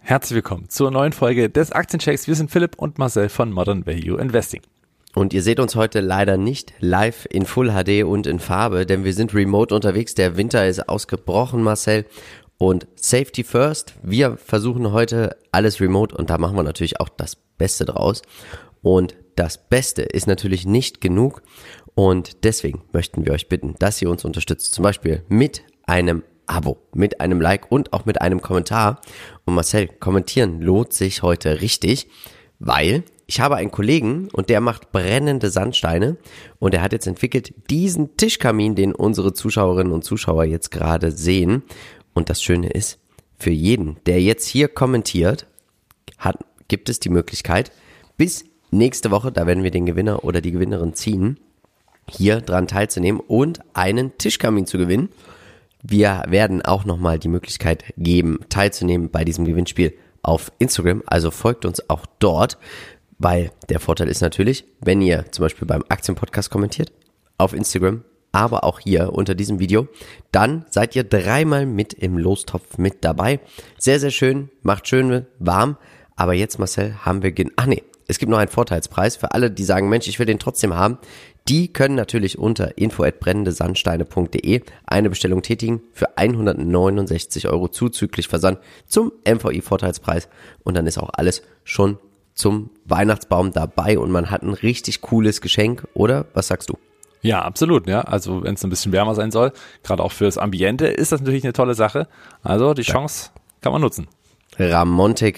Herzlich willkommen zur neuen Folge des Aktienchecks. Wir sind Philipp und Marcel von Modern Value Investing. Und ihr seht uns heute leider nicht live in Full HD und in Farbe, denn wir sind remote unterwegs. Der Winter ist ausgebrochen, Marcel. Und Safety first. Wir versuchen heute alles remote und da machen wir natürlich auch das Beste draus. Und das Beste ist natürlich nicht genug. Und deswegen möchten wir euch bitten, dass ihr uns unterstützt. Zum Beispiel mit einem Abo, mit einem Like und auch mit einem Kommentar. Und Marcel, kommentieren lohnt sich heute richtig, weil ich habe einen Kollegen und der macht brennende Sandsteine und er hat jetzt entwickelt diesen Tischkamin, den unsere Zuschauerinnen und Zuschauer jetzt gerade sehen. Und das Schöne ist, für jeden, der jetzt hier kommentiert, gibt es die Möglichkeit, bis nächste Woche, da werden wir den Gewinner oder die Gewinnerin ziehen, hier dran teilzunehmen und einen Tischkamin zu gewinnen. Wir werden auch nochmal die Möglichkeit geben, teilzunehmen bei diesem Gewinnspiel auf Instagram. Also folgt uns auch dort, weil der Vorteil ist natürlich, wenn ihr zum Beispiel beim Aktienpodcast kommentiert, auf Instagram, aber auch hier unter diesem Video, dann seid ihr dreimal mit im Lostopf mit dabei. Sehr, sehr schön, macht schön warm. Aber jetzt, Marcel, haben wir es gibt noch einen Vorteilspreis für alle, die sagen, Mensch, ich will den trotzdem haben. Die können natürlich unter info@brennendesandsteine.de eine Bestellung tätigen für 169 € zuzüglich Versand zum MVI-Vorteilspreis. Und dann ist auch alles schon zum Weihnachtsbaum dabei und man hat ein richtig cooles Geschenk, oder? Was sagst du? Ja, absolut. Ja. Also wenn es ein bisschen wärmer sein soll, gerade auch fürs Ambiente, ist das natürlich eine tolle Sache. Also die Chance kann man nutzen. Ramontik.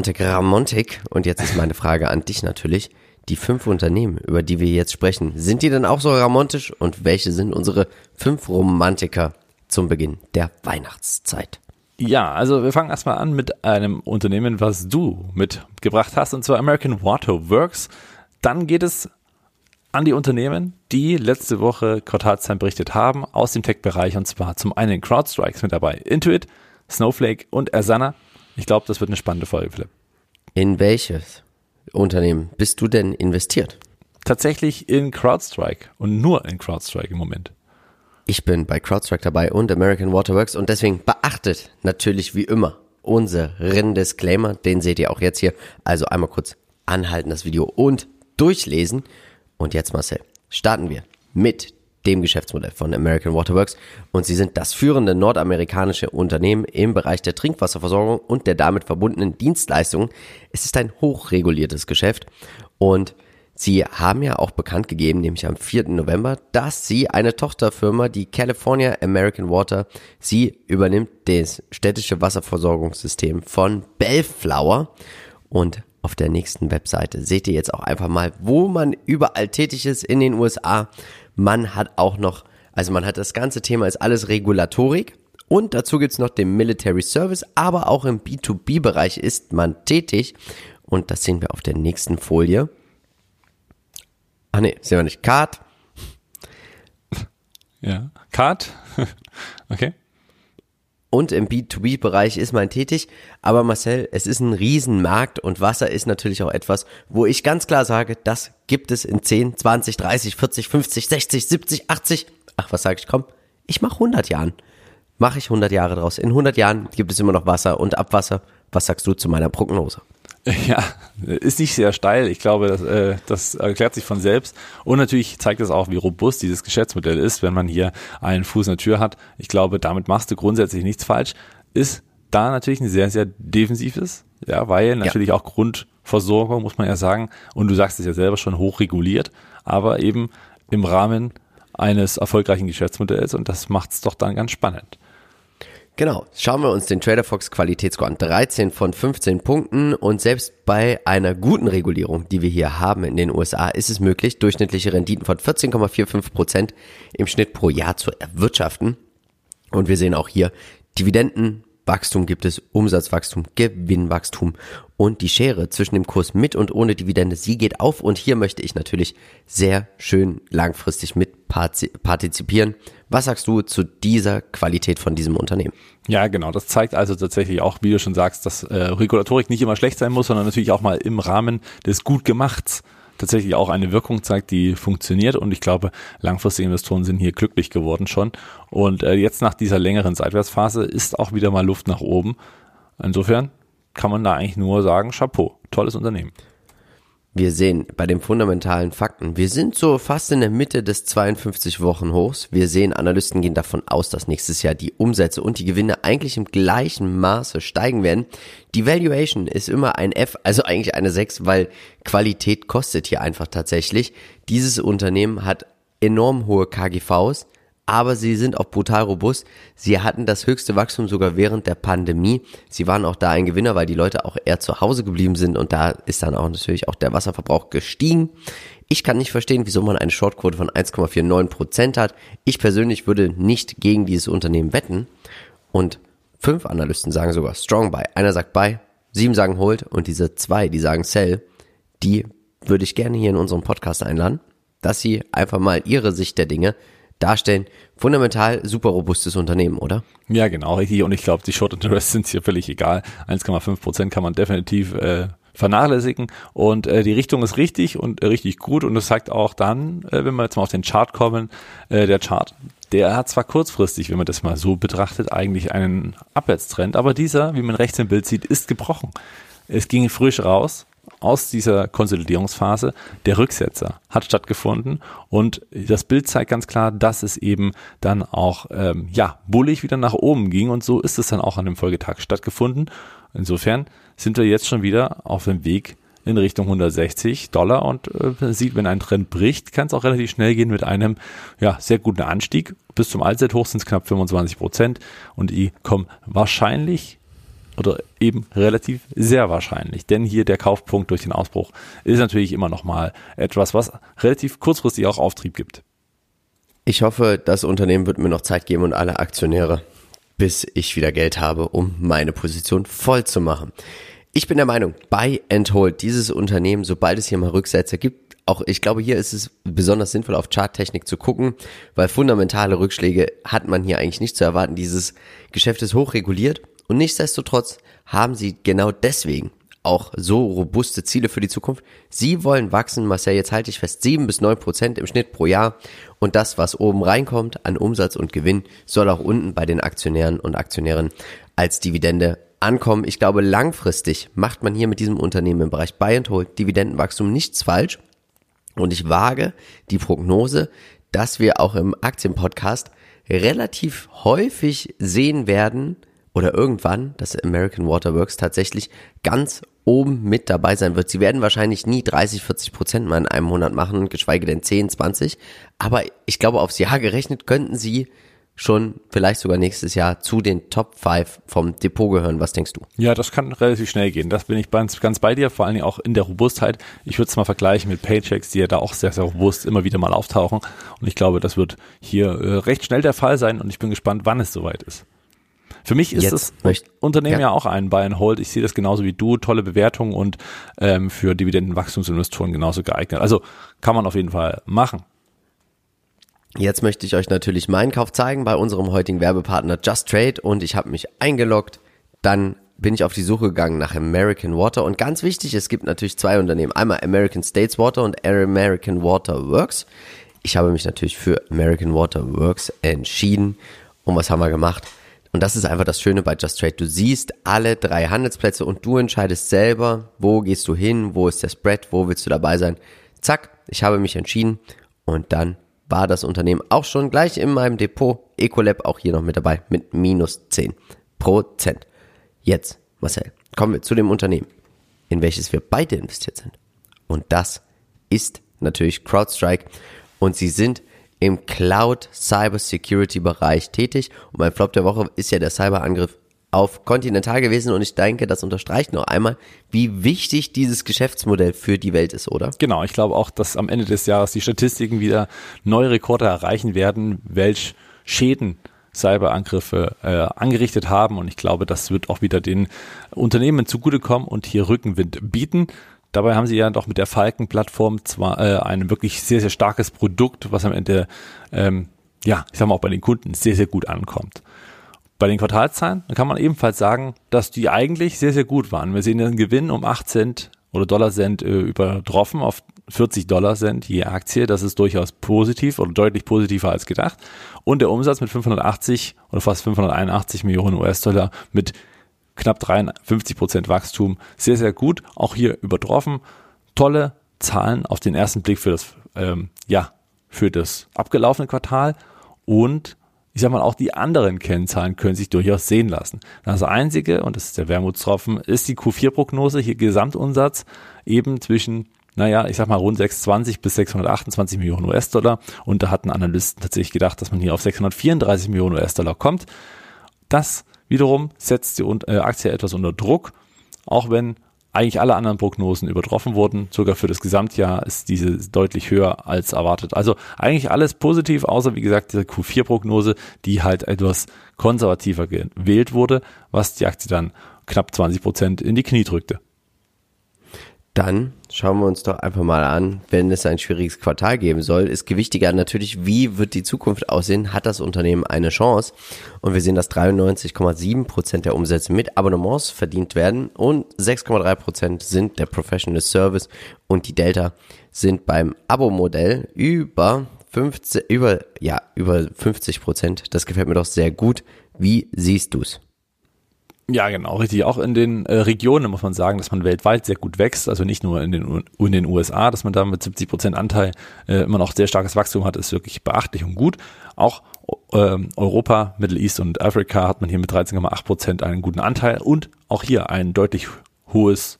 Und jetzt ist meine Frage an dich natürlich. Die 5 Unternehmen, über die wir jetzt sprechen, sind die denn auch so ramontisch? Und welche sind unsere 5 Romantiker zum Beginn der Weihnachtszeit? Ja, also wir fangen erstmal an mit einem Unternehmen, was du mitgebracht hast, und zwar American Water Works. Dann geht es an die Unternehmen, die letzte Woche Quartalszahlen berichtet haben aus dem Tech-Bereich, und zwar zum einen CrowdStrike mit dabei, Intuit, Snowflake und Asana. Ich glaube, das wird eine spannende Folge, Philipp. In welches Unternehmen bist du denn investiert? Tatsächlich in CrowdStrike und nur in CrowdStrike im Moment. Ich bin bei CrowdStrike dabei und American Water Works und deswegen beachtet natürlich wie immer unseren Disclaimer, den seht ihr auch jetzt hier. Also einmal kurz anhalten das Video und durchlesen. Und jetzt, Marcel, starten wir mit dem Geschäftsmodell von American Water Works und sie sind das führende nordamerikanische Unternehmen im Bereich der Trinkwasserversorgung und der damit verbundenen Dienstleistungen. Es ist ein hochreguliertes Geschäft und sie haben ja auch bekannt gegeben, nämlich am 4. November, dass sie eine Tochterfirma, die California American Water, sie übernimmt das städtische Wasserversorgungssystem von Bellflower. Und auf der nächsten Webseite seht ihr jetzt auch einfach mal, wo man überall tätig ist in den USA. Man hat das ganze Thema ist alles Regulatorik und dazu gibt's noch den Military Service, aber auch im B2B-Bereich ist man tätig und das sehen wir auf der nächsten Folie. Sehen wir nicht. Card. Ja, Card. Okay. Und im B2B-Bereich ist man tätig, aber Marcel, es ist ein Riesenmarkt und Wasser ist natürlich auch etwas, wo ich ganz klar sage, das gibt es in 10, 20, 30, 40, 50, 60, 70, 80, ich mache 100 Jahren. Mache ich 100 Jahre draus. In 100 Jahren gibt es immer noch Wasser und Abwasser. Was sagst du zu meiner Prognose? Ja, ist nicht sehr steil. Ich glaube, das erklärt sich von selbst. Und natürlich zeigt es auch, wie robust dieses Geschäftsmodell ist, wenn man hier einen Fuß in der Tür hat. Ich glaube, damit machst du grundsätzlich nichts falsch. Ist da natürlich ein sehr, sehr defensives, ja, weil natürlich auch Grundversorgung, muss man ja sagen, und du sagst es ja selber schon, hochreguliert, aber eben im Rahmen eines erfolgreichen Geschäftsmodells und das macht es doch dann ganz spannend. Genau, schauen wir uns den TraderFox Qualitätsscore an. 13 von 15 Punkten und selbst bei einer guten Regulierung, die wir hier haben in den USA, ist es möglich, durchschnittliche Renditen von 14,45% im Schnitt pro Jahr zu erwirtschaften. Und wir sehen auch hier Dividendenwachstum gibt es, Umsatzwachstum, Gewinnwachstum und die Schere zwischen dem Kurs mit und ohne Dividende, sie geht auf und hier möchte ich natürlich sehr schön langfristig mit partizipieren. Was sagst du zu dieser Qualität von diesem Unternehmen? Ja, genau. Das zeigt also tatsächlich auch, wie du schon sagst, dass Regulatorik nicht immer schlecht sein muss, sondern natürlich auch mal im Rahmen des Gutgemachts tatsächlich auch eine Wirkung zeigt, die funktioniert. Und ich glaube, langfristige Investoren sind hier glücklich geworden schon. Und jetzt nach dieser längeren Seitwärtsphase ist auch wieder mal Luft nach oben. Insofern kann man da eigentlich nur sagen, Chapeau, tolles Unternehmen. Wir sehen bei den fundamentalen Fakten, wir sind so fast in der Mitte des 52-Wochen-Hochs. Wir sehen, Analysten gehen davon aus, dass nächstes Jahr die Umsätze und die Gewinne eigentlich im gleichen Maße steigen werden. Die Valuation ist immer ein F, also eigentlich eine 6, weil Qualität kostet hier einfach tatsächlich. Dieses Unternehmen hat enorm hohe KGVs, aber sie sind auch brutal robust. Sie hatten das höchste Wachstum sogar während der Pandemie. Sie waren auch da ein Gewinner, weil die Leute auch eher zu Hause geblieben sind und da ist dann auch natürlich auch der Wasserverbrauch gestiegen. Ich kann nicht verstehen, wieso man eine Shortquote von 1,49% hat. Ich persönlich würde nicht gegen dieses Unternehmen wetten und 5 Analysten sagen sogar Strong Buy. Einer sagt Buy, 7 sagen Hold und diese 2, die sagen Sell, die würde ich gerne hier in unserem Podcast einladen, dass sie einfach mal ihre Sicht der Dinge darstellen. Fundamental super robustes Unternehmen, oder? Ja, genau, richtig. Und ich glaube, die Short Interest sind hier völlig egal. 1,5% kann man definitiv vernachlässigen. Und die Richtung ist richtig und richtig gut. Und das zeigt auch dann, wenn wir jetzt mal auf den Chart kommen, der Chart, der hat zwar kurzfristig, wenn man das mal so betrachtet, eigentlich einen Abwärtstrend, aber dieser, wie man rechts im Bild sieht, ist gebrochen. Es ging frisch raus aus dieser Konsolidierungsphase. Der Rücksetzer hat stattgefunden und das Bild zeigt ganz klar, dass es eben dann auch bullig wieder nach oben ging und so ist es dann auch an dem Folgetag stattgefunden. Insofern sind wir jetzt schon wieder auf dem Weg in Richtung $160 und sieht, wenn ein Trend bricht, kann es auch relativ schnell gehen mit einem sehr guten Anstieg. Bis zum Allzeithoch sind es knapp 25% und die kommen wahrscheinlich oder eben relativ sehr wahrscheinlich, denn hier der Kaufpunkt durch den Ausbruch ist natürlich immer noch mal etwas, was relativ kurzfristig auch Auftrieb gibt. Ich hoffe, das Unternehmen wird mir noch Zeit geben und alle Aktionäre, bis ich wieder Geld habe, um meine Position voll zu machen. Ich bin der Meinung, Buy and Hold, dieses Unternehmen, sobald es hier mal Rücksetzer gibt, auch ich glaube, hier ist es besonders sinnvoll, auf Charttechnik zu gucken, weil fundamentale Rückschläge hat man hier eigentlich nicht zu erwarten. Dieses Geschäft ist hochreguliert. Und nichtsdestotrotz haben sie genau deswegen auch so robuste Ziele für die Zukunft. Sie wollen wachsen, Marcel, jetzt halte ich fest, 7-9% im Schnitt pro Jahr. Und das, was oben reinkommt an Umsatz und Gewinn, soll auch unten bei den Aktionären und Aktionärinnen als Dividende ankommen. Ich glaube, langfristig macht man hier mit diesem Unternehmen im Bereich Buy and Hold Dividendenwachstum nichts falsch. Und ich wage die Prognose, dass wir auch im Aktienpodcast relativ häufig sehen werden, oder irgendwann, dass American Water Works tatsächlich ganz oben mit dabei sein wird. Sie werden wahrscheinlich nie 30-40% mal in einem Monat machen, geschweige denn 10, 20. Aber ich glaube, aufs Jahr gerechnet könnten sie schon vielleicht sogar nächstes Jahr zu den Top 5 vom Depot gehören. Was denkst du? Ja, das kann relativ schnell gehen. Das bin ich ganz bei dir, vor allen Dingen auch in der Robustheit. Ich würde es mal vergleichen mit Paychecks, die ja da auch sehr, sehr robust immer wieder mal auftauchen. Und ich glaube, das wird hier recht schnell der Fall sein und ich bin gespannt, wann es soweit ist. Für mich ist das Unternehmen ja auch ein Buy and Hold. Ich sehe das genauso wie du. Tolle Bewertung und für Dividendenwachstumsinvestoren genauso geeignet. Also kann man auf jeden Fall machen. Jetzt möchte ich euch natürlich meinen Kauf zeigen bei unserem heutigen Werbepartner Just Trade und ich habe mich eingeloggt. Dann bin ich auf die Suche gegangen nach American Water und ganz wichtig, es gibt natürlich 2 Unternehmen. Einmal American States Water und American Water Works. Ich habe mich natürlich für American Water Works entschieden. Und was haben wir gemacht? Und das ist einfach das Schöne bei Just Trade. Du siehst alle 3 Handelsplätze und du entscheidest selber, wo gehst du hin, wo ist der Spread, wo willst du dabei sein. Zack, ich habe mich entschieden und dann war das Unternehmen auch schon gleich in meinem Depot. Ecolab auch hier noch mit dabei mit minus 10%. Jetzt, Marcel, kommen wir zu dem Unternehmen, in welches wir beide investiert sind. Und das ist natürlich CrowdStrike und sie sind im Cloud Cyber Security Bereich tätig und mein Flop der Woche ist ja der Cyberangriff auf Continental gewesen und ich denke, das unterstreicht noch einmal, wie wichtig dieses Geschäftsmodell für die Welt ist, oder? Genau, ich glaube auch, dass am Ende des Jahres die Statistiken wieder neue Rekorde erreichen werden, welche Schäden Cyberangriffe angerichtet haben und ich glaube, das wird auch wieder den Unternehmen zugutekommen und hier Rückenwind bieten. Dabei haben sie ja doch mit der Falcon-Plattform zwar ein wirklich sehr, sehr starkes Produkt, was am Ende, ich sag mal auch bei den Kunden sehr, sehr gut ankommt. Bei den Quartalszahlen kann man ebenfalls sagen, dass die eigentlich sehr, sehr gut waren. Wir sehen den Gewinn um 8 Cent oder Dollarcent übertroffen auf $40 je Aktie. Das ist durchaus positiv oder deutlich positiver als gedacht. Und der Umsatz mit 580 oder fast 581 Millionen US-Dollar mit knapp 53% Wachstum, sehr, sehr gut, auch hier übertroffen, tolle Zahlen auf den ersten Blick für das abgelaufene Quartal und ich sag mal, auch die anderen Kennzahlen können sich durchaus sehen lassen. Das einzige, und das ist der Wermutstropfen, ist die Q4-Prognose, hier Gesamtumsatz eben zwischen, ich sag mal rund 620 bis 628 Millionen US-Dollar und da hatten Analysten tatsächlich gedacht, dass man hier auf 634 Millionen US-Dollar kommt. Das wiederum setzt die Aktie etwas unter Druck, auch wenn eigentlich alle anderen Prognosen übertroffen wurden. Sogar für das Gesamtjahr ist diese deutlich höher als erwartet. Also eigentlich alles positiv, außer wie gesagt diese Q4-Prognose, die halt etwas konservativer gewählt wurde, was die Aktie dann knapp 20% in die Knie drückte. Dann schauen wir uns doch einfach mal an, wenn es ein schwieriges Quartal geben soll, ist gewichtiger natürlich, wie wird die Zukunft aussehen, hat das Unternehmen eine Chance? Und wir sehen, dass 93,7% der Umsätze mit Abonnements verdient werden und 6,3% sind der Professional Service und die Delta sind beim Abo-Modell über 50%. Das gefällt mir doch sehr gut. Wie siehst du's? Ja, genau, richtig. Auch in den Regionen muss man sagen, dass man weltweit sehr gut wächst. Also nicht nur in den USA, dass man da mit 70% Anteil immer noch sehr starkes Wachstum hat, ist wirklich beachtlich und gut. Auch Europa, Middle East und Afrika hat man hier mit 13,8% einen guten Anteil und auch hier ein deutlich hohes,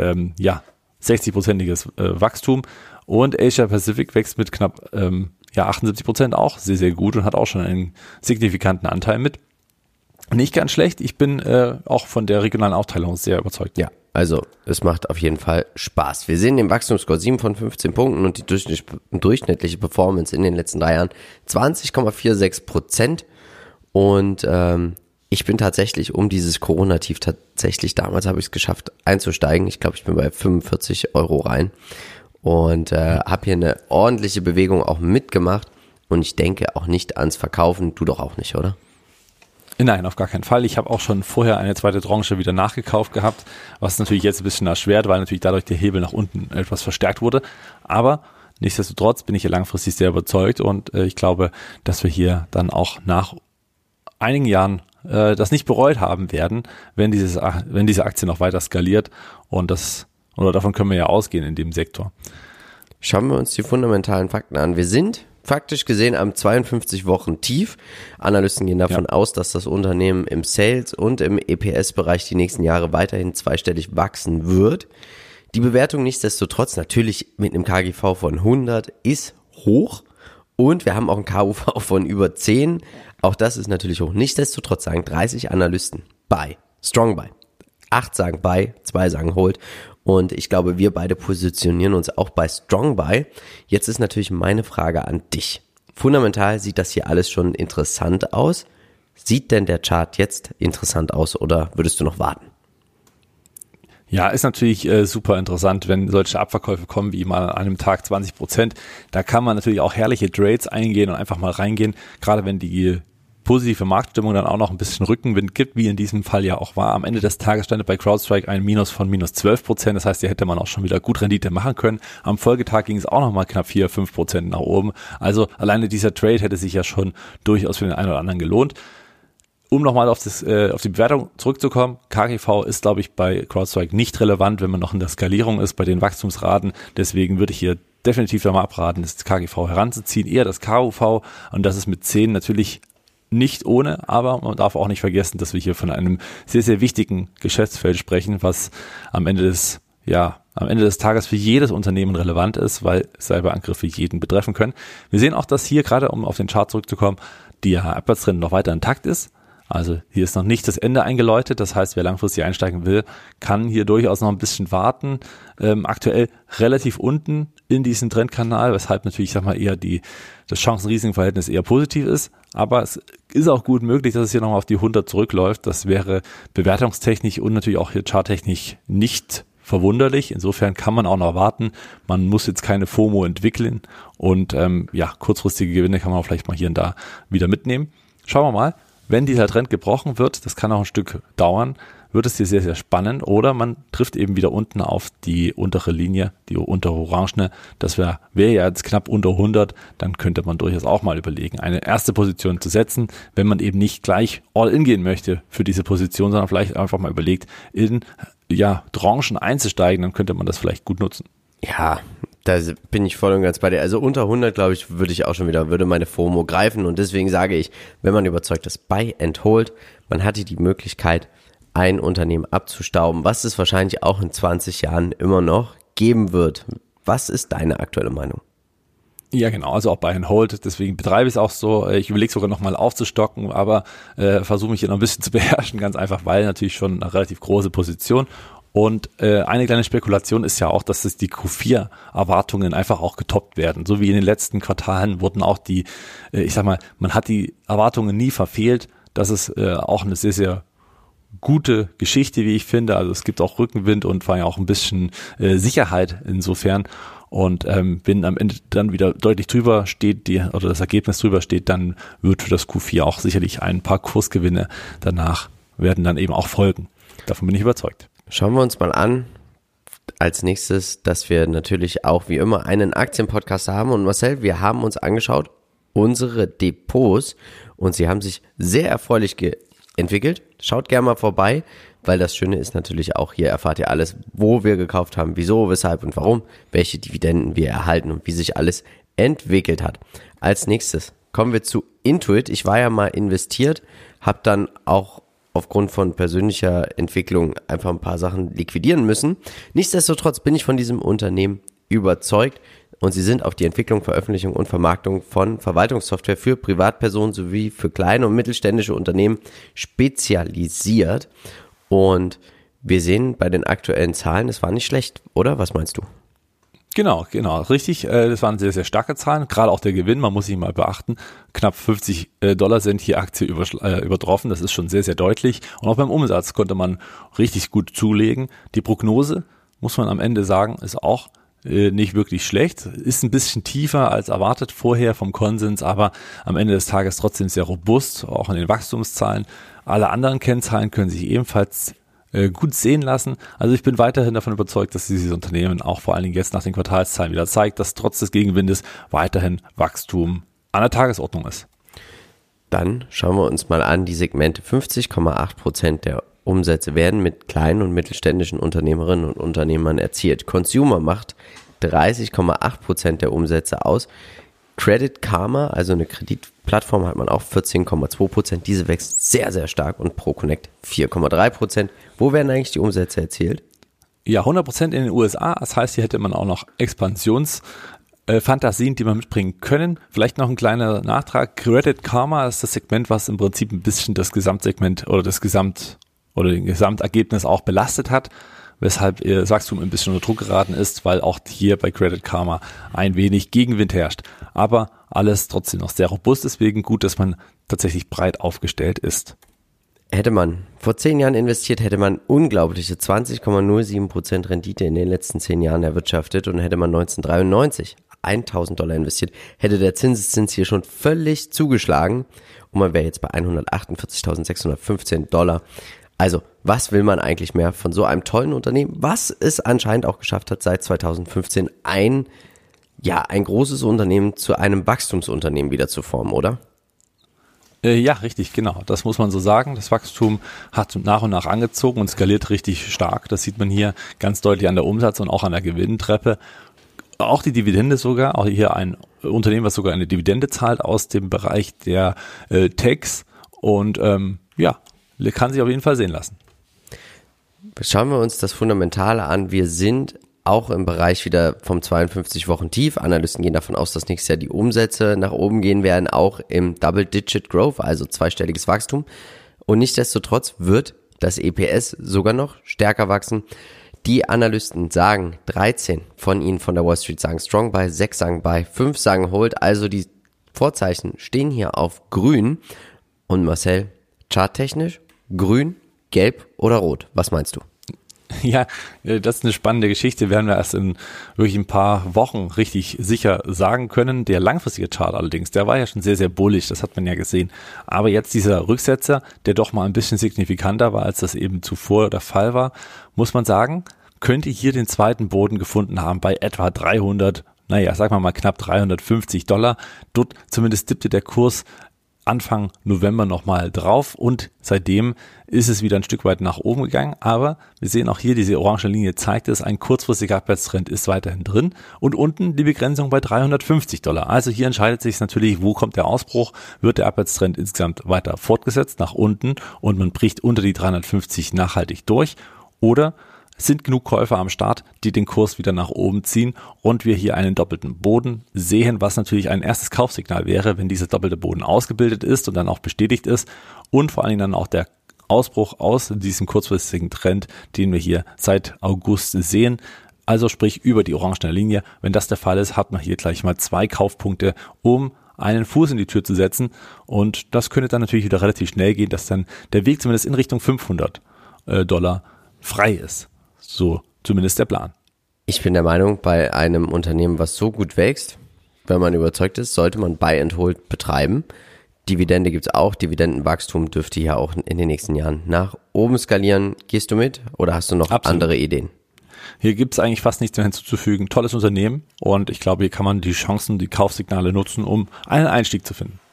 60%iges Wachstum. Und Asia Pacific wächst mit knapp 78% auch sehr, sehr gut und hat auch schon einen signifikanten Anteil mit. Nicht ganz schlecht. Ich bin auch von der regionalen Aufteilung sehr überzeugt. Ja, also es macht auf jeden Fall Spaß. Wir sehen den Wachstumsscore 7 von 15 Punkten und die durchschnittliche Performance in den letzten 3 Jahren 20,46%. Und ich bin tatsächlich dieses Corona-Tief damals habe ich es geschafft einzusteigen. Ich glaube, ich bin bei 45 Euro rein und habe hier eine ordentliche Bewegung auch mitgemacht. Und ich denke auch nicht ans Verkaufen. Du doch auch nicht, oder? Nein, auf gar keinen Fall. Ich habe auch schon vorher eine zweite Tranche wieder nachgekauft gehabt, was natürlich jetzt ein bisschen erschwert, weil natürlich dadurch der Hebel nach unten etwas verstärkt wurde. Aber nichtsdestotrotz bin ich hier langfristig sehr überzeugt und ich glaube, dass wir hier dann auch nach einigen Jahren das nicht bereut haben werden, wenn diese Aktie noch weiter skaliert und davon können wir ja ausgehen in dem Sektor. Schauen wir uns die fundamentalen Fakten an. Wir sind faktisch gesehen am 52 Wochen Tief. Analysten gehen davon aus, dass das Unternehmen im Sales und im EPS-Bereich die nächsten Jahre weiterhin zweistellig wachsen wird. Die Bewertung nichtsdestotrotz natürlich mit einem KGV von 100 ist hoch und wir haben auch ein KUV von über 10. Auch das ist natürlich hoch. Nichtsdestotrotz sagen 30 Analysten Buy, Strong Buy. 8 sagen Buy, 2 sagen Hold. Und ich glaube, wir beide positionieren uns auch bei Strong Buy. Jetzt ist natürlich meine Frage an dich. Fundamental sieht das hier alles schon interessant aus. Sieht denn der Chart jetzt interessant aus oder würdest du noch warten? Ja, ist natürlich super interessant, wenn solche Abverkäufe kommen, wie mal an einem Tag 20%. Da kann man natürlich auch herrliche Trades eingehen und einfach mal reingehen, gerade wenn die positive Marktstimmung dann auch noch ein bisschen Rückenwind gibt, wie in diesem Fall ja auch war. Am Ende des Tages stand bei CrowdStrike ein Minus von minus 12%. Das heißt, hier hätte man auch schon wieder gut Rendite machen können. Am Folgetag ging es auch noch mal knapp 4-5% nach oben. Also alleine dieser Trade hätte sich ja schon durchaus für den einen oder anderen gelohnt. Um nochmal auf die Bewertung zurückzukommen, KGV ist, glaube ich, bei CrowdStrike nicht relevant, wenn man noch in der Skalierung ist, bei den Wachstumsraten. Deswegen würde ich hier definitiv einmal abraten, das KGV heranzuziehen, eher das KUV. Und das ist mit 10 natürlich nicht ohne, aber man darf auch nicht vergessen, dass wir hier von einem sehr, sehr wichtigen Geschäftsfeld sprechen, was am Ende des Tages für jedes Unternehmen relevant ist, weil Cyberangriffe jeden betreffen können. Wir sehen auch, dass hier gerade, um auf den Chart zurückzukommen, die Abwärtstrend noch weiter intakt ist. Also hier ist noch nicht das Ende eingeläutet. Das heißt, wer langfristig einsteigen will, kann hier durchaus noch ein bisschen warten. Aktuell relativ unten in diesem Trendkanal, weshalb natürlich, ich sag mal, eher das Chancen-Risiken-Verhältnis eher positiv ist. Aber es ist auch gut möglich, dass es hier nochmal auf die 100 zurückläuft. Das wäre bewertungstechnisch und natürlich auch hier charttechnisch nicht verwunderlich. Insofern kann man auch noch warten. Man muss jetzt keine FOMO entwickeln und kurzfristige Gewinne kann man auch vielleicht mal hier und da wieder mitnehmen. Schauen wir mal. Wenn dieser Trend gebrochen wird, das kann auch ein Stück dauern, wird es hier sehr, sehr spannend. Oder man trifft eben wieder unten auf die untere Linie, die untere Orangene. Das wäre ja jetzt knapp unter 100. Dann könnte man durchaus auch mal überlegen, eine erste Position zu setzen, wenn man eben nicht gleich all in gehen möchte für diese Position, sondern vielleicht einfach mal überlegt, in Tranchen einzusteigen, dann könnte man das vielleicht gut nutzen. Ja, da bin ich voll und ganz bei dir. Also unter 100, glaube ich, würde meine FOMO greifen. Und deswegen sage ich, wenn man überzeugt ist, Buy and Hold, man hatte die Möglichkeit, ein Unternehmen abzustauben, was es wahrscheinlich auch in 20 Jahren immer noch geben wird. Was ist deine aktuelle Meinung? Ja, genau, also auch Buy and Hold, deswegen betreibe ich es auch so. Ich überlege sogar nochmal aufzustocken, aber versuche mich hier noch ein bisschen zu beherrschen, ganz einfach, weil natürlich schon eine relativ große Position. Und eine kleine Spekulation ist ja auch, dass es die Q4-Erwartungen einfach auch getoppt werden. So wie in den letzten Quartalen wurden auch man hat die Erwartungen nie verfehlt. Das ist auch eine sehr, sehr gute Geschichte, wie ich finde. Also es gibt auch Rückenwind und vor allem auch ein bisschen Sicherheit insofern. Und wenn am Ende dann wieder deutlich drüber steht, oder das Ergebnis drüber steht, dann wird für das Q4 auch sicherlich ein paar Kursgewinne danach werden dann eben auch folgen. Davon bin ich überzeugt. Schauen wir uns mal an, als nächstes, dass wir natürlich auch wie immer einen Aktienpodcast haben. Und Marcel, wir haben uns angeschaut, unsere Depots, und sie haben sich sehr erfreulich entwickelt. Schaut gerne mal vorbei, weil das Schöne ist natürlich auch, hier erfahrt ihr alles, wo wir gekauft haben, wieso, weshalb und warum, welche Dividenden wir erhalten und wie sich alles entwickelt hat. Als nächstes kommen wir zu Intuit. Ich war ja mal investiert, habe dann auch aufgrund von persönlicher Entwicklung einfach ein paar Sachen liquidieren müssen. Nichtsdestotrotz bin ich von diesem Unternehmen überzeugt und sie sind auf die Entwicklung, Veröffentlichung und Vermarktung von Verwaltungssoftware für Privatpersonen sowie für kleine und mittelständische Unternehmen spezialisiert. Und wir sehen bei den aktuellen Zahlen, es war nicht schlecht, oder? Was meinst du? Genau, richtig. Das waren sehr, sehr starke Zahlen. Gerade auch der Gewinn, man muss sich mal beachten. Knapp $50 sind hier Aktie übertroffen. Das ist schon sehr, sehr deutlich. Und auch beim Umsatz konnte man richtig gut zulegen. Die Prognose, muss man am Ende sagen, ist auch nicht wirklich schlecht. Ist ein bisschen tiefer als erwartet vorher vom Konsens, aber am Ende des Tages trotzdem sehr robust, auch in den Wachstumszahlen. Alle anderen Kennzahlen können sich ebenfalls gut sehen lassen. Also ich bin weiterhin davon überzeugt, dass dieses Unternehmen auch vor allen Dingen jetzt nach den Quartalszahlen wieder zeigt, dass trotz des Gegenwindes weiterhin Wachstum an der Tagesordnung ist. Dann schauen wir uns mal an, die Segmente. 50,8% der Umsätze werden mit kleinen und mittelständischen Unternehmerinnen und Unternehmern erzielt. Consumer macht 30,8% der Umsätze aus. Credit Karma, also eine Kreditplattform, hat man auch 14,2%. Diese wächst sehr, sehr stark und ProConnect 4,3%. Wo werden eigentlich die Umsätze erzielt? Ja, 100% in den USA. Das heißt, hier hätte man auch noch Expansionsfantasien, die man mitbringen können. Vielleicht noch ein kleiner Nachtrag. Credit Karma ist das Segment, was im Prinzip ein bisschen das Gesamtsegment oder den Gesamtergebnis auch belastet hat, weshalb das Wachstum ein bisschen unter Druck geraten ist, weil auch hier bei Credit Karma ein wenig Gegenwind herrscht. Aber alles trotzdem noch sehr robust, deswegen gut, dass man tatsächlich breit aufgestellt ist. Hätte man vor 10 Jahren investiert, hätte man unglaubliche 20,07% Rendite in den letzten 10 Jahren erwirtschaftet, und hätte man 1993 $1.000 investiert, hätte der Zinseszins hier schon völlig zugeschlagen und man wäre jetzt bei $148.615. Also, was will man eigentlich mehr von so einem tollen Unternehmen, was es anscheinend auch geschafft hat, seit 2015 ein großes Unternehmen zu einem Wachstumsunternehmen wieder zu formen, oder? Ja, richtig, genau. Das muss man so sagen. Das Wachstum hat nach und nach angezogen und skaliert richtig stark. Das sieht man hier ganz deutlich an der Umsatz- und auch an der Gewinntreppe. Auch die Dividende sogar, auch hier ein Unternehmen, was sogar eine Dividende zahlt aus dem Bereich der Techs und kann sich auf jeden Fall sehen lassen. Schauen wir uns das Fundamentale an. Wir sind auch im Bereich wieder vom 52-Wochen-Tief. Analysten gehen davon aus, dass nächstes Jahr die Umsätze nach oben gehen werden, auch im Double-Digit Growth, also zweistelliges Wachstum. Und nichtsdestotrotz wird das EPS sogar noch stärker wachsen. Die Analysten sagen, 13 von ihnen von der Wall Street sagen Strong Buy, 6 sagen Buy, 5 sagen Hold. Also die Vorzeichen stehen hier auf grün. Und Marcel, charttechnisch, grün, gelb oder rot? Was meinst du? Ja, das ist eine spannende Geschichte, werden wir erst in wirklich ein paar Wochen richtig sicher sagen können. Der langfristige Chart allerdings, der war ja schon sehr, sehr bullig, das hat man ja gesehen. Aber jetzt dieser Rücksetzer, der doch mal ein bisschen signifikanter war, als das eben zuvor der Fall war, muss man sagen, könnte hier den zweiten Boden gefunden haben bei etwa 300, sagen wir mal knapp $350. Dort zumindest dippte der Kurs Anfang November nochmal drauf und seitdem ist es wieder ein Stück weit nach oben gegangen, aber wir sehen auch hier, diese orange Linie zeigt es, ein kurzfristiger Abwärtstrend ist weiterhin drin und unten die Begrenzung bei $350. Also hier entscheidet sich natürlich, wo kommt der Ausbruch, wird der Abwärtstrend insgesamt weiter fortgesetzt nach unten und man bricht unter die 350 nachhaltig durch oder es sind genug Käufer am Start, die den Kurs wieder nach oben ziehen und wir hier einen doppelten Boden sehen, was natürlich ein erstes Kaufsignal wäre, wenn dieser doppelte Boden ausgebildet ist und dann auch bestätigt ist und vor allen Dingen dann auch der Ausbruch aus diesem kurzfristigen Trend, den wir hier seit August sehen. Also sprich über die orangene Linie. Wenn das der Fall ist, hat man hier gleich mal 2 Kaufpunkte, um einen Fuß in die Tür zu setzen und das könnte dann natürlich wieder relativ schnell gehen, dass dann der Weg zumindest in Richtung $500 frei ist. So zumindest der Plan. Ich bin der Meinung, bei einem Unternehmen, was so gut wächst, wenn man überzeugt ist, sollte man Buy and Hold betreiben. Dividende gibt's auch. Dividendenwachstum dürfte hier auch in den nächsten Jahren nach oben skalieren. Gehst du mit oder hast du noch andere Ideen? Hier gibt's eigentlich fast nichts mehr hinzuzufügen. Tolles Unternehmen und ich glaube, hier kann man die Chancen, die Kaufsignale nutzen, um einen Einstieg zu finden.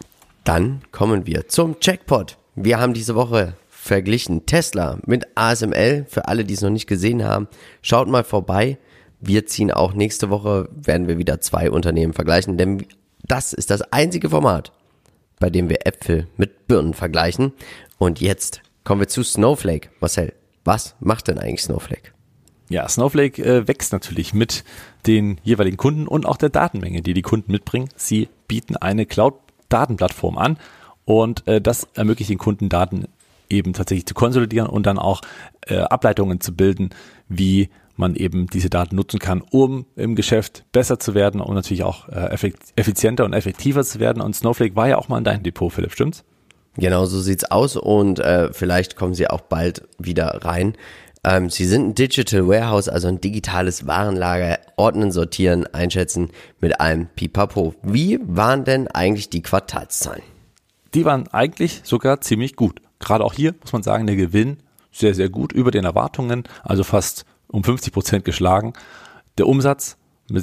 Dann kommen wir zum Jackpot. Wir haben diese Woche verglichen Tesla mit ASML. Für alle, die es noch nicht gesehen haben, schaut mal vorbei. Wir ziehen auch nächste Woche, werden wir wieder 2 Unternehmen vergleichen, denn das ist das einzige Format, bei dem wir Äpfel mit Birnen vergleichen. Und jetzt kommen wir zu Snowflake. Marcel, was macht denn eigentlich Snowflake? Ja, Snowflake wächst natürlich mit den jeweiligen Kunden und auch der Datenmenge, die die Kunden mitbringen. Sie bieten eine Cloud-Datenplattform an und das ermöglicht den Kunden, Daten eben tatsächlich zu konsolidieren und dann auch Ableitungen zu bilden, wie man eben diese Daten nutzen kann, um im Geschäft besser zu werden und natürlich auch effizienter und effektiver zu werden. Und Snowflake war ja auch mal in deinem Depot, Philipp, stimmt's? Genau, so sieht's aus und vielleicht kommen sie auch bald wieder rein. Sie sind ein Digital Warehouse, also ein digitales Warenlager, ordnen, sortieren, einschätzen mit allem Pipapo. Wie waren denn eigentlich die Quartalszahlen? Die waren eigentlich sogar ziemlich gut. Gerade auch hier muss man sagen, der Gewinn sehr, sehr gut über den Erwartungen, also fast um 50% geschlagen. Der Umsatz mit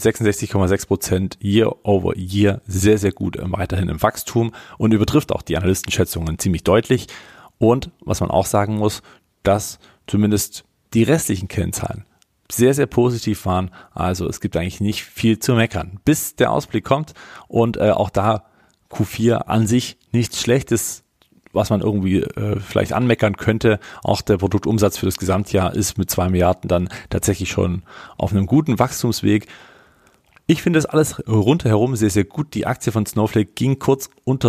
66,6% Year over Year sehr, sehr gut weiterhin im Wachstum und übertrifft auch die Analystenschätzungen ziemlich deutlich. Und was man auch sagen muss, dass zumindest die restlichen Kennzahlen sehr, sehr positiv waren. Also es gibt eigentlich nicht viel zu meckern, bis der Ausblick kommt und auch da Q4 an sich nichts Schlechtes, was man irgendwie vielleicht anmeckern könnte. Auch der Produktumsatz für das Gesamtjahr ist mit 2 Milliarden dann tatsächlich schon auf einem guten Wachstumsweg. Ich finde das alles rundherum sehr, sehr gut. Die Aktie von Snowflake kam kurz unter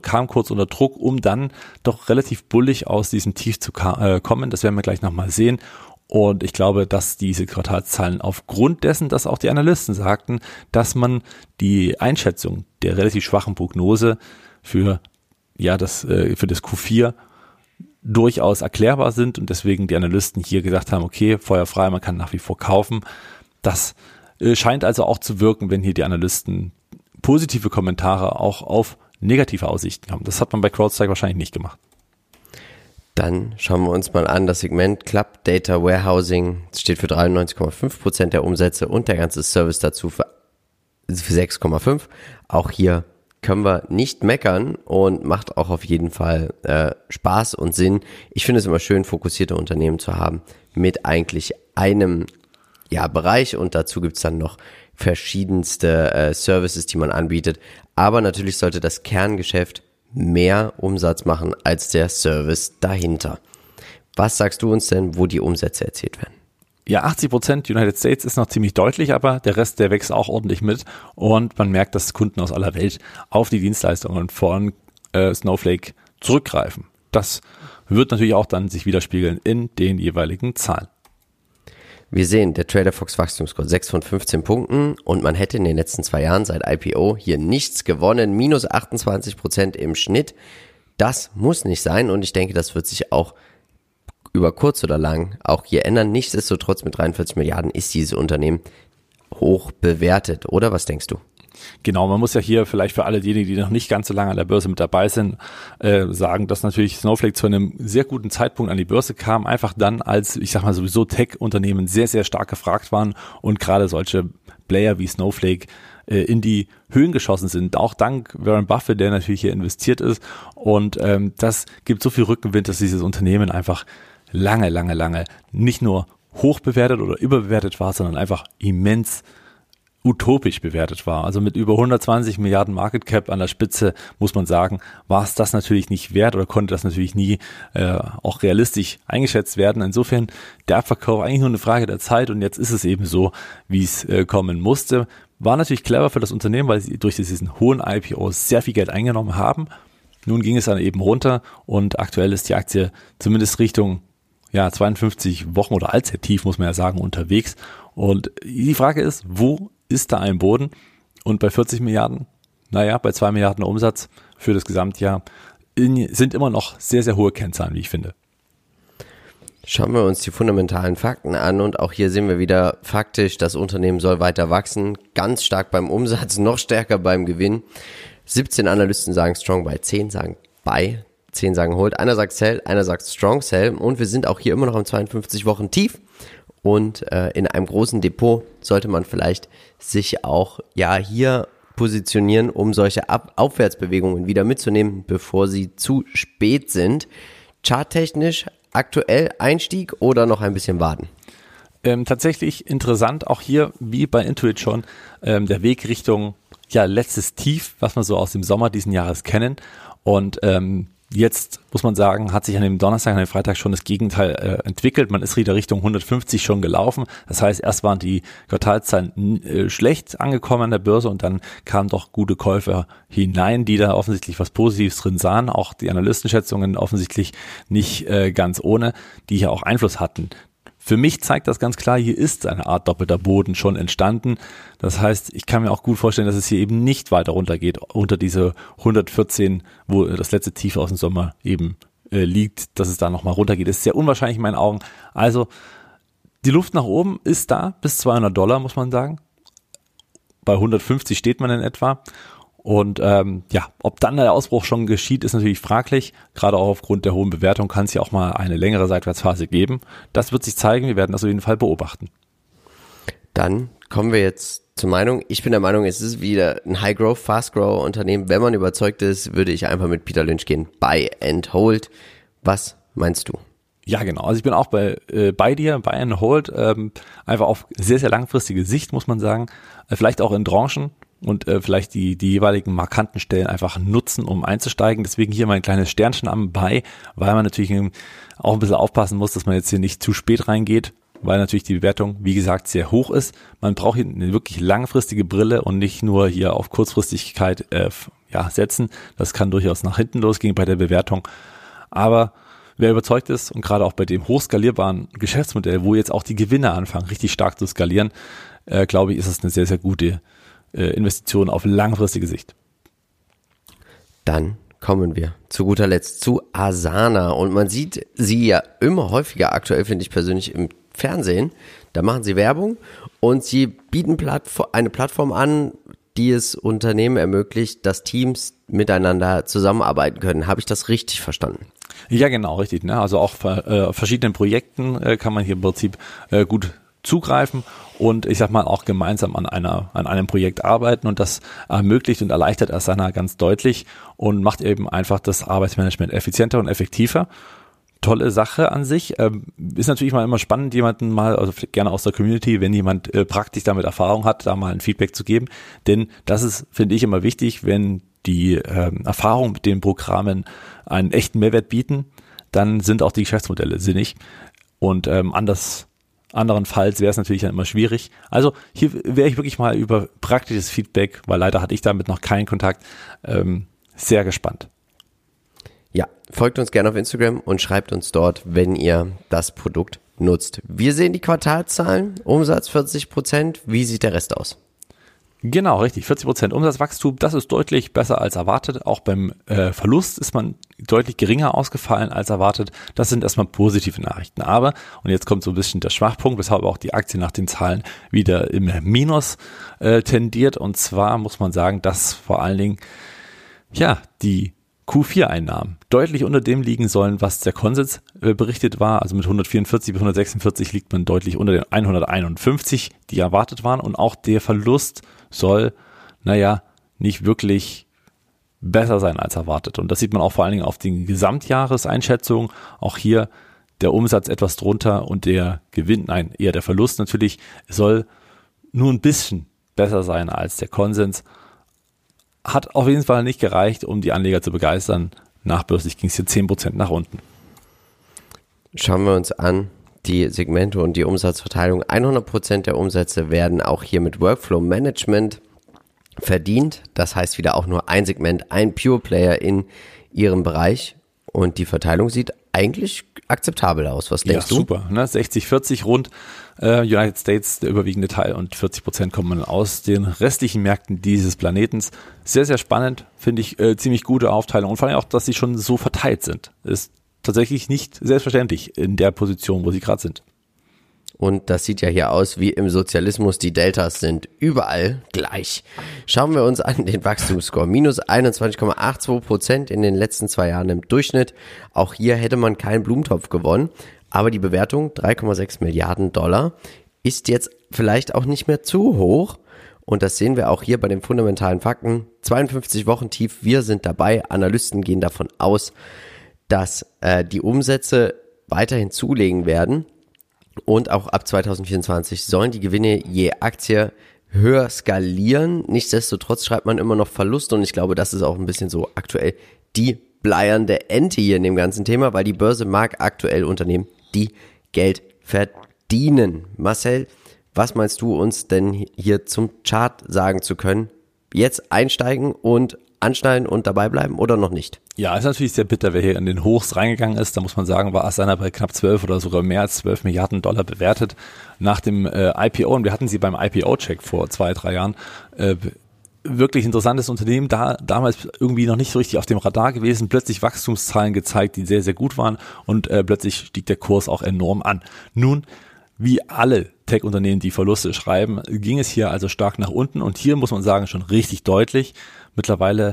Druck, um dann doch relativ bullig aus diesem Tief zu kommen. Das werden wir gleich nochmal sehen. Und ich glaube, dass diese Quartalszahlen aufgrund dessen, dass auch die Analysten sagten, dass man die Einschätzung der relativ schwachen Prognose für das Q4 durchaus erklärbar sind und deswegen die Analysten hier gesagt haben, okay, Feuer frei, man kann nach wie vor kaufen. Das scheint also auch zu wirken, wenn hier die Analysten positive Kommentare auch auf negative Aussichten haben. Das hat man bei CrowdStrike wahrscheinlich nicht gemacht. Dann schauen wir uns mal an, das Segment Club Data Warehousing steht für 93,5% der Umsätze und der ganze Service dazu für 6,5%. Auch hier können wir nicht meckern und macht auch auf jeden Fall Spaß und Sinn. Ich finde es immer schön, fokussierte Unternehmen zu haben mit eigentlich einem Bereich und dazu gibt's dann noch verschiedenste Services, die man anbietet. Aber natürlich sollte das Kerngeschäft mehr Umsatz machen als der Service dahinter. Was sagst du uns denn, wo die Umsätze erzielt werden? Ja, 80% United States ist noch ziemlich deutlich, aber der Rest, der wächst auch ordentlich mit und man merkt, dass Kunden aus aller Welt auf die Dienstleistungen von Snowflake zurückgreifen. Das wird natürlich auch dann sich widerspiegeln in den jeweiligen Zahlen. Wir sehen, der TraderFox Wachstumskurs 6 von 15 Punkten und man hätte in den letzten 2 Jahren seit IPO hier nichts gewonnen, minus 28% im Schnitt. Das muss nicht sein und ich denke, das wird sich auch über kurz oder lang auch hier ändern. Nichtsdestotrotz mit 43 Milliarden ist dieses Unternehmen hoch bewertet, oder? Was denkst du? Genau, man muss ja hier vielleicht für alle diejenigen, die noch nicht ganz so lange an der Börse mit dabei sind, sagen, dass natürlich Snowflake zu einem sehr guten Zeitpunkt an die Börse kam, einfach dann, als, ich sag mal, sowieso Tech-Unternehmen sehr, sehr stark gefragt waren und gerade solche Player wie Snowflake in die Höhen geschossen sind, auch dank Warren Buffett, der natürlich hier investiert ist, und das gibt so viel Rückenwind, dass dieses Unternehmen einfach lange nicht nur hoch bewertet oder überbewertet war, sondern einfach immens utopisch bewertet war. Also mit über 120 Milliarden Market Cap an der Spitze, muss man sagen, war es das natürlich nicht wert oder konnte das natürlich nie auch realistisch eingeschätzt werden. Insofern der Abverkauf eigentlich nur eine Frage der Zeit, und jetzt ist es eben so, wie es kommen musste. War natürlich clever für das Unternehmen, weil sie durch diesen hohen IPO sehr viel Geld eingenommen haben. Nun ging es dann eben runter und aktuell ist die Aktie zumindest Richtung 52 Wochen oder Allzeittief, muss man ja sagen, unterwegs. Und die Frage ist, wo ist da ein Boden? Und bei 40 Milliarden, bei 2 Milliarden Umsatz für das Gesamtjahr sind immer noch sehr, sehr hohe Kennzahlen, wie ich finde. Schauen wir uns die fundamentalen Fakten an, und auch hier sehen wir wieder faktisch, das Unternehmen soll weiter wachsen, ganz stark beim Umsatz, noch stärker beim Gewinn. 17 Analysten sagen Strong Buy, 10 sagen Buy, 10 sagen Hold, einer sagt Sell, einer sagt Strong Sell, und wir sind auch hier immer noch am 52 Wochen Tief. Und in einem großen Depot sollte man vielleicht sich auch hier positionieren, um solche Aufwärtsbewegungen wieder mitzunehmen, bevor sie zu spät sind. Charttechnisch aktuell Einstieg oder noch ein bisschen warten? Tatsächlich interessant, auch hier wie bei Intuit schon, der Weg Richtung letztes Tief, was wir so aus dem Sommer diesen Jahres kennen, und jetzt muss man sagen, hat sich an dem Donnerstag, an dem Freitag schon das Gegenteil entwickelt. Man ist wieder Richtung 150 schon gelaufen. Das heißt, erst waren die Quartalszahlen schlecht angekommen an der Börse, und dann kamen doch gute Käufer hinein, die da offensichtlich was Positives drin sahen. Auch die Analystenschätzungen offensichtlich nicht ganz ohne, die hier auch Einfluss hatten. Für mich zeigt das ganz klar, hier ist eine Art doppelter Boden schon entstanden. Das heißt, ich kann mir auch gut vorstellen, dass es hier eben nicht weiter runtergeht, unter diese 114, wo das letzte Tief aus dem Sommer eben liegt, dass es da nochmal runtergeht. Das ist sehr unwahrscheinlich in meinen Augen. Also die Luft nach oben ist da, bis $200, muss man sagen. Bei 150 steht man in etwa. Und ob dann der Ausbruch schon geschieht, ist natürlich fraglich. Gerade auch aufgrund der hohen Bewertung kann es ja auch mal eine längere Seitwärtsphase geben. Das wird sich zeigen, wir werden das auf jeden Fall beobachten. Dann kommen wir jetzt zur Meinung. Ich bin der Meinung, es ist wieder ein High-Growth, Fast-Grow-Unternehmen. Wenn man überzeugt ist, würde ich einfach mit Peter Lynch gehen. Buy and Hold. Was meinst du? Ja, genau. Also ich bin auch bei dir, Buy and Hold. Einfach auf sehr, sehr langfristige Sicht, muss man sagen. Vielleicht auch in Tranchen. Und vielleicht die jeweiligen markanten Stellen einfach nutzen, um einzusteigen. Deswegen hier mein kleines Sternchen am Buy, weil man natürlich auch ein bisschen aufpassen muss, dass man jetzt hier nicht zu spät reingeht, weil natürlich die Bewertung, wie gesagt, sehr hoch ist. Man braucht hier eine wirklich langfristige Brille und nicht nur hier auf Kurzfristigkeit setzen. Das kann durchaus nach hinten losgehen bei der Bewertung. Aber wer überzeugt ist, und gerade auch bei dem hochskalierbaren Geschäftsmodell, wo jetzt auch die Gewinne anfangen, richtig stark zu skalieren, glaube ich, ist es eine sehr, sehr gute Investitionen auf langfristige Sicht. Dann kommen wir zu guter Letzt zu Asana, und man sieht sie ja immer häufiger aktuell, finde ich persönlich, im Fernsehen. Da machen sie Werbung und sie bieten eine Plattform an, die es Unternehmen ermöglicht, dass Teams miteinander zusammenarbeiten können. Habe ich das richtig verstanden? Ja, genau, richtig. Ne? Also auch verschiedenen Projekten kann man hier im Prinzip gut zugreifen und ich sag mal auch gemeinsam an einem Projekt arbeiten, und das ermöglicht und erleichtert Asana ganz deutlich und macht eben einfach das Arbeitsmanagement effizienter und effektiver. Tolle Sache an sich. Ist natürlich mal immer spannend, jemanden mal, also gerne aus der Community, wenn jemand praktisch damit Erfahrung hat, da mal ein Feedback zu geben, denn das ist, finde ich, immer wichtig, wenn die Erfahrung mit den Programmen einen echten Mehrwert bieten, dann sind auch die Geschäftsmodelle sinnig, und anderenfalls wäre es natürlich dann immer schwierig. Also hier wäre ich wirklich mal über praktisches Feedback, weil leider hatte ich damit noch keinen Kontakt, sehr gespannt. Ja, folgt uns gerne auf Instagram und schreibt uns dort, wenn ihr das Produkt nutzt. Wir sehen die Quartalszahlen, Umsatz 40%. Wie sieht der Rest aus? Genau, richtig. 40% Umsatzwachstum, das ist deutlich besser als erwartet. Auch beim Verlust ist man deutlich geringer ausgefallen als erwartet. Das sind erstmal positive Nachrichten. Aber, und jetzt kommt so ein bisschen der Schwachpunkt, weshalb auch die Aktie nach den Zahlen wieder im Minus tendiert. Und zwar muss man sagen, dass vor allen Dingen die Q4-Einnahmen deutlich unter dem liegen sollen, was der Konsens berichtet war. Also mit 144 bis 146 liegt man deutlich unter den 151, die erwartet waren. Und auch der Verlust soll, nicht wirklich besser sein als erwartet. Und das sieht man auch vor allen Dingen auf den Gesamtjahreseinschätzungen. Auch hier der Umsatz etwas drunter und der Gewinn, eher der Verlust natürlich, soll nur ein bisschen besser sein als der Konsens. Hat auf jeden Fall nicht gereicht, um die Anleger zu begeistern. Nachbörslich ging es hier 10% nach unten. Schauen wir uns an die Segmente und die Umsatzverteilung. 100% der Umsätze werden auch hier mit Workflow Management verdient. Das heißt wieder auch nur ein Segment, ein Pure Player in ihrem Bereich. Und die Verteilung sieht eigentlich akzeptabel aus. Was denkst du? Ja, super. Ne? 60-40 rund. United States der überwiegende Teil und 40% kommen aus den restlichen Märkten dieses Planetens. Sehr, sehr spannend. Finde ich ziemlich gute Aufteilung. Und vor allem auch, dass sie schon so verteilt sind. Ist tatsächlich nicht selbstverständlich in der Position, wo sie gerade sind. Und das sieht ja hier aus wie im Sozialismus. Die Deltas sind überall gleich. Schauen wir uns an den Wachstumsscore. Minus 21,82% in den letzten 2 Jahren im Durchschnitt. Auch hier hätte man keinen Blumentopf gewonnen. Aber die Bewertung, 3,6 Milliarden $, ist jetzt vielleicht auch nicht mehr zu hoch. Und das sehen wir auch hier bei den fundamentalen Fakten. 52 Wochen tief, wir sind dabei. Analysten gehen davon aus, dass die Umsätze weiterhin zulegen werden. Und auch ab 2024 sollen die Gewinne je Aktie höher skalieren. Nichtsdestotrotz schreibt man immer noch Verlust und ich glaube, das ist auch ein bisschen so aktuell die bleiernde Ente hier in dem ganzen Thema, weil die Börse mag aktuell Unternehmen, die Geld verdienen. Marcel, was meinst du uns denn hier zum Chart sagen zu können? Jetzt einsteigen und anschnallen und dabei bleiben oder noch nicht? Ja, ist natürlich sehr bitter, wer hier in den Hochs reingegangen ist. Da muss man sagen, war Asana bei knapp 12 oder sogar mehr als 12 Milliarden $, bewertet nach dem IPO. Und wir hatten sie beim IPO-Check vor 2-3 Jahren. Wirklich interessantes Unternehmen, damals irgendwie noch nicht so richtig auf dem Radar gewesen, plötzlich Wachstumszahlen gezeigt, die sehr, sehr gut waren und plötzlich stieg der Kurs auch enorm an. Nun, wie alle Tech-Unternehmen, die Verluste schreiben, ging es hier also stark nach unten und hier muss man sagen, schon richtig deutlich. Mittlerweile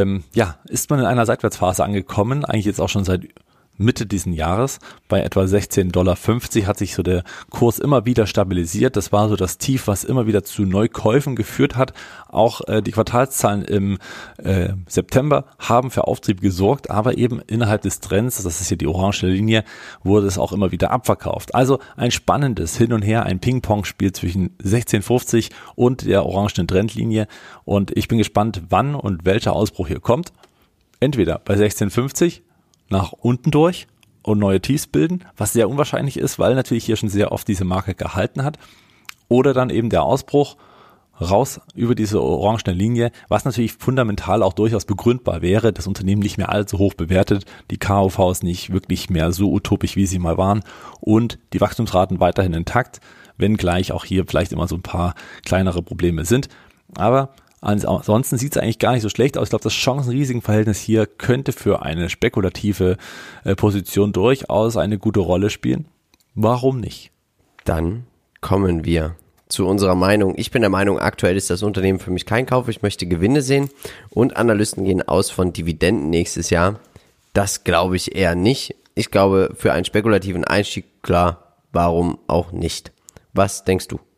ist man in einer Seitwärtsphase angekommen, eigentlich jetzt auch schon seit Mitte diesen Jahres. Bei etwa $16,50 hat sich so der Kurs immer wieder stabilisiert. Das war so das Tief, was immer wieder zu Neukäufen geführt hat. Auch die Quartalszahlen im September haben für Auftrieb gesorgt, aber eben innerhalb des Trends, das ist hier die orange Linie, wurde es auch immer wieder abverkauft. Also ein spannendes Hin und Her, ein Ping-Pong-Spiel zwischen 16,50 und der orangen Trendlinie. Und ich bin gespannt, wann und welcher Ausbruch hier kommt. Entweder bei 16,50 nach unten durch und neue Tiefs bilden, was sehr unwahrscheinlich ist, weil natürlich hier schon sehr oft diese Marke gehalten hat. Oder dann eben der Ausbruch raus über diese orangene Linie, was natürlich fundamental auch durchaus begründbar wäre, das Unternehmen nicht mehr allzu hoch bewertet, die KUVs nicht wirklich mehr so utopisch, wie sie mal waren und die Wachstumsraten weiterhin intakt, wenngleich auch hier vielleicht immer so ein paar kleinere Probleme sind. Aber ansonsten sieht es eigentlich gar nicht so schlecht aus. Ich glaube, das Chancen-Risiken-Verhältnis hier könnte für eine spekulative Position durchaus eine gute Rolle spielen. Warum nicht? Dann kommen wir zu unserer Meinung. Ich bin der Meinung, aktuell ist das Unternehmen für mich kein Kauf. Ich möchte Gewinne sehen und Analysten gehen aus von Dividenden nächstes Jahr. Das glaube ich eher nicht. Ich glaube, für einen spekulativen Einstieg, klar, warum auch nicht? Was denkst du?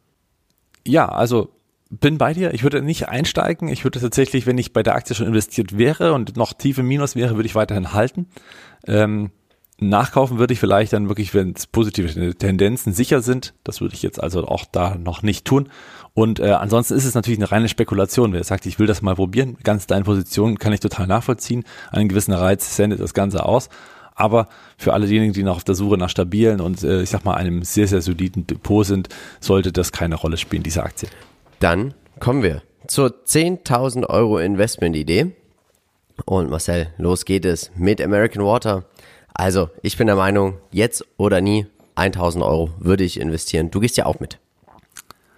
Ja, also bin bei dir. Ich würde nicht einsteigen. Ich würde tatsächlich, wenn ich bei der Aktie schon investiert wäre und noch tief im Minus wäre, würde ich weiterhin halten. Nachkaufen würde ich vielleicht dann wirklich, wenn es positive Tendenzen sicher sind. Das würde ich jetzt also auch da noch nicht tun. Und ansonsten ist es natürlich eine reine Spekulation. Wer sagt, ich will das mal probieren, ganz deine Position kann ich total nachvollziehen. Einen gewissen Reiz sendet das Ganze aus. Aber für alle diejenigen, die noch auf der Suche nach stabilen und ich sag mal einem sehr, sehr soliden Depot sind, sollte das keine Rolle spielen, diese Aktie. Dann kommen wir zur 10.000 € Investmentidee. Und Marcel, los geht es mit American Water. Also, ich bin der Meinung, jetzt oder nie, 1.000 € würde ich investieren. Du gehst ja auch mit.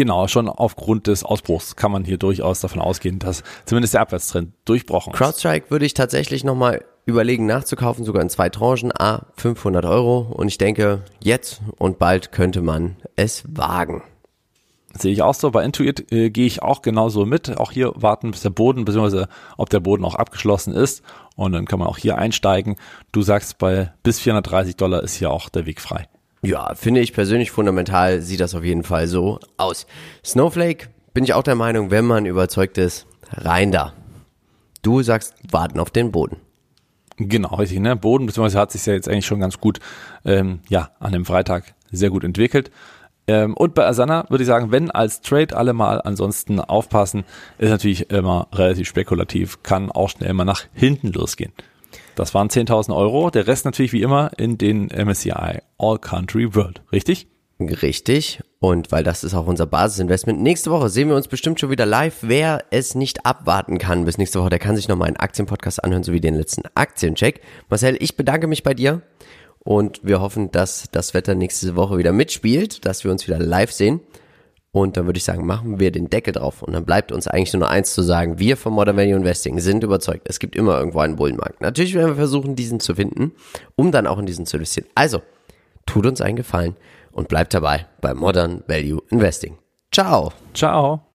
Genau, schon aufgrund des Ausbruchs kann man hier durchaus davon ausgehen, dass zumindest der Abwärtstrend durchbrochen ist. CrowdStrike würde ich tatsächlich nochmal überlegen nachzukaufen, sogar in 2 Tranchen, 500 Euro. Und ich denke, jetzt und bald könnte man es wagen. Sehe ich auch so. Bei Intuit gehe ich auch genauso mit. Auch hier warten, bis der Boden, beziehungsweise ob der Boden auch abgeschlossen ist. Und dann kann man auch hier einsteigen. Du sagst, bei bis $430 ist hier auch der Weg frei. Ja, finde ich persönlich fundamental, sieht das auf jeden Fall so aus. Snowflake, bin ich auch der Meinung, wenn man überzeugt ist, rein da. Du sagst, warten auf den Boden. Genau, richtig, ne? Boden, beziehungsweise hat sich ja jetzt eigentlich schon ganz gut, an dem Freitag sehr gut entwickelt. Und bei Asana würde ich sagen, wenn als Trade alle mal ansonsten aufpassen, ist natürlich immer relativ spekulativ, kann auch schnell mal nach hinten losgehen. Das waren 10.000 Euro, der Rest natürlich wie immer in den MSCI All Country World, richtig? Richtig. Und weil das ist auch unser Basisinvestment. Nächste Woche sehen wir uns bestimmt schon wieder live. Wer es nicht abwarten kann bis nächste Woche, der kann sich nochmal einen Aktienpodcast anhören, sowie den letzten Aktiencheck. Marcel, ich bedanke mich bei dir und wir hoffen, dass das Wetter nächste Woche wieder mitspielt, dass wir uns wieder live sehen. Und dann würde ich sagen, machen wir den Deckel drauf. Und dann bleibt uns eigentlich nur noch eins zu sagen. Wir von Modern Value Investing sind überzeugt, es gibt immer irgendwo einen Bullenmarkt. Natürlich werden wir versuchen, diesen zu finden, um dann auch in diesen zu investieren. Also, tut uns einen Gefallen und bleibt dabei bei Modern Value Investing. Ciao. Ciao.